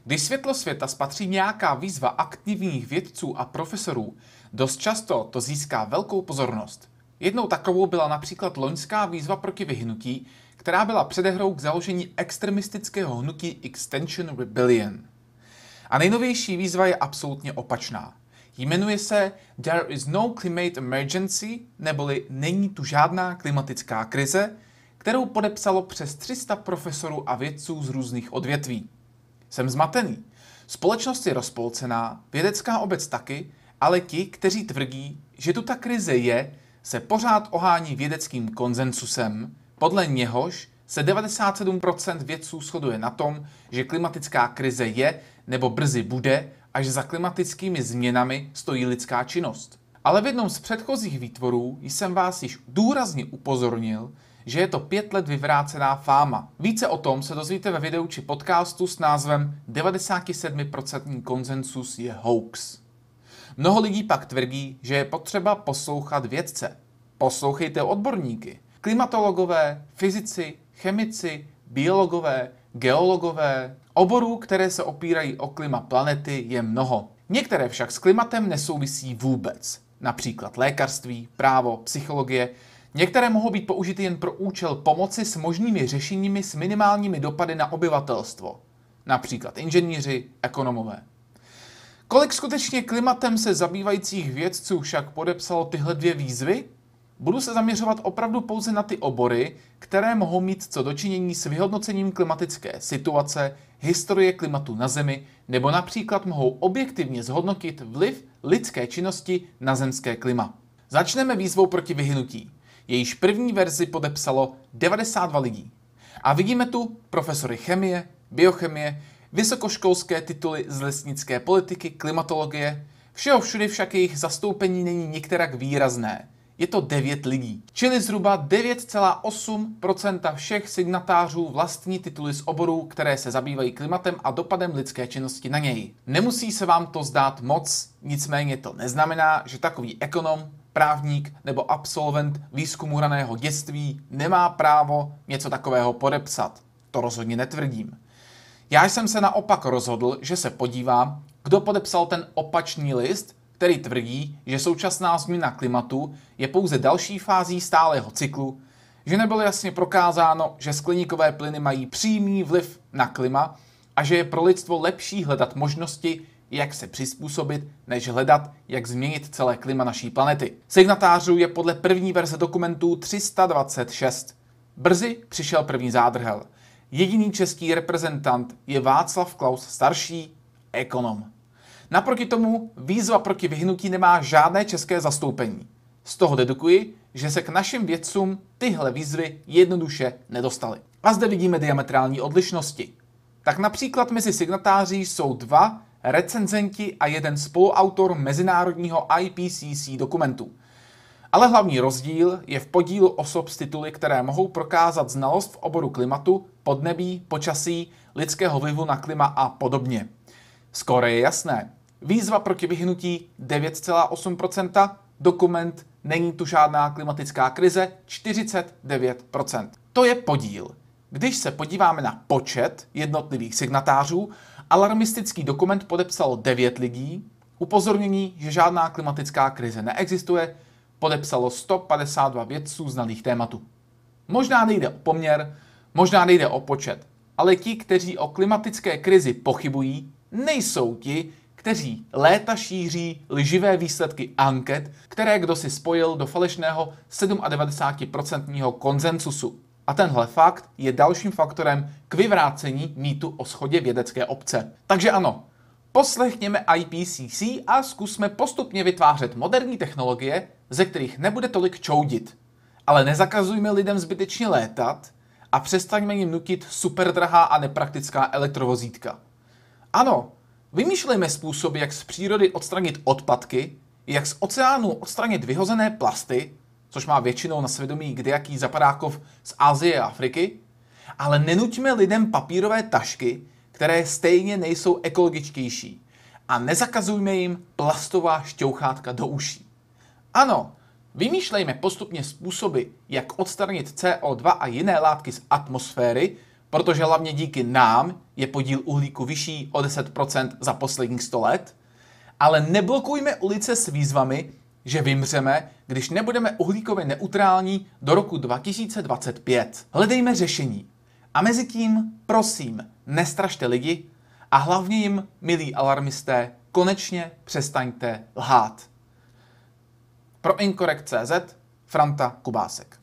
Když světlo světa spatří nějaká výzva aktivních vědců a profesorů, dost často to získá velkou pozornost. Jednou takovou byla například loňská výzva proti vyhnutí, která byla předehrou k založení extremistického hnutí Extinction Rebellion. A nejnovější výzva je absolutně opačná. Jmenuje se There is no climate emergency, neboli Není tu žádná klimatická krize, kterou podepsalo přes 300 profesorů a vědců z různých odvětví. Jsem zmatený. Společnost je rozpolcená, vědecká obec taky, ale ti, kteří tvrdí, že tu ta krize je, se pořád ohání vědeckým konsensusem, podle něhož se 97% vědců shoduje na tom, že klimatická krize je nebo brzy bude a že za klimatickými změnami stojí lidská činnost. Ale v jednom z předchozích výtvorů jsem vás již důrazně upozornil, že je to 5 let vyvrácená fáma. Více o tom se dozvíte ve videu či podcastu s názvem 97% konsensus je hoax. Mnoho lidí pak tvrdí, že je potřeba poslouchat vědce. Poslouchejte odborníky. Klimatologové, fyzici, chemici, biologové, geologové. Oborů, které se opírají o klima planety, je mnoho. Některé však s klimatem nesouvisí vůbec. Například lékařství, právo, psychologie. Některé mohou být použity jen pro účel pomoci s možnými řešeními s minimálními dopady na obyvatelstvo. Například inženýři, ekonomové. Kolik skutečně klimatem se zabývajících vědců však podepsalo tyhle 2 výzvy? Budu se zaměřovat opravdu pouze na ty obory, které mohou mít co dočinění s vyhodnocením klimatické situace, historie klimatu na Zemi, nebo například mohou objektivně zhodnotit vliv lidské činnosti na zemské klima. Začneme výzvou proti vyhnutí. Jejíž první verzi podepsalo 92 lidí. A vidíme tu profesory chemie, biochemie, vysokoškolské tituly z lesnické politiky, klimatologie. Všeho všudy však jejich zastoupení není nikterak výrazné. Je to 9 lidí. Čili zhruba 9,8% všech signatářů vlastní tituly z oborů, které se zabývají klimatem a dopadem lidské činnosti na něj. Nemusí se vám to zdát moc, nicméně to neznamená, že takový ekonom, právník nebo absolvent výzkumu raného dětství nemá právo něco takového podepsat. To rozhodně netvrdím. Já jsem se naopak rozhodl, že se podívám, kdo podepsal ten opačný list, který tvrdí, že současná změna klimatu je pouze další fází stálého cyklu, že nebylo jasně prokázáno, že skleníkové plyny mají přímý vliv na klima a že je pro lidstvo lepší hledat možnosti, jak se přizpůsobit, než hledat, jak změnit celé klima naší planety. Signatářů je podle první verze dokumentů 326. Brzy přišel první zádrhel. Jediný český reprezentant je Václav Klaus starší, ekonom. Naproti tomu výzva proti vyhnutí nemá žádné české zastoupení. Z toho dedukuji, že se k našim vědcům tyhle výzvy jednoduše nedostaly. A zde vidíme diametrální odlišnosti. Tak například mezi signatáři jsou 2 recenzenti a 1 spoluautor mezinárodního IPCC dokumentu. Ale hlavní rozdíl je v podílu osob s tituly, které mohou prokázat znalost v oboru klimatu, podnebí, počasí, lidského vlivu na klima a podobně. Skoro je jasné. Výzva proti vyhnutí 9,8%, dokument Není tu žádná klimatická krize 49%. To je podíl. Když se podíváme na počet jednotlivých signatářů, alarmistický dokument podepsalo 9 lidí, upozornění, že žádná klimatická krize neexistuje, podepsalo 152 vědců znalých tématu. Možná nejde o poměr, možná nejde o počet, ale ti, kteří o klimatické krizi pochybují, nejsou ti, kteří léta šíří lživé výsledky anket, které kdosi spojil do falešného 97% konsensusu. A tenhle fakt je dalším faktorem k vyvrácení mýtu o shodě vědecké obce. Takže ano, poslechněme IPCC a zkusme postupně vytvářet moderní technologie, ze kterých nebude tolik čoudit. Ale nezakazujme lidem zbytečně létat a přestaňme jim nutit superdrahá a nepraktická elektrovozítka. Ano, vymýšlejme způsoby, jak z přírody odstranit odpadky, jak z oceánů odstranit vyhozené plasty, což má většinou na svědomí kdejaký zapadákov z Asie a Afriky, ale nenuťme lidem papírové tašky, které stejně nejsou ekologičtější, a nezakazujme jim plastová šťouchátka do uší. Ano, vymýšlejme postupně způsoby, jak odstranit CO2 a jiné látky z atmosféry protože hlavně díky nám je podíl uhlíku vyšší o 10% za posledních 100 let, ale neblokujme ulice s výzvami, že vymřeme, když nebudeme uhlíkově neutrální do roku 2025. Hledejme řešení. A mezi tím, prosím, nestrašte lidi a hlavně jim, milí alarmisté, konečně přestaňte lhát. Pro Incorrect.cz Franta Kubásek.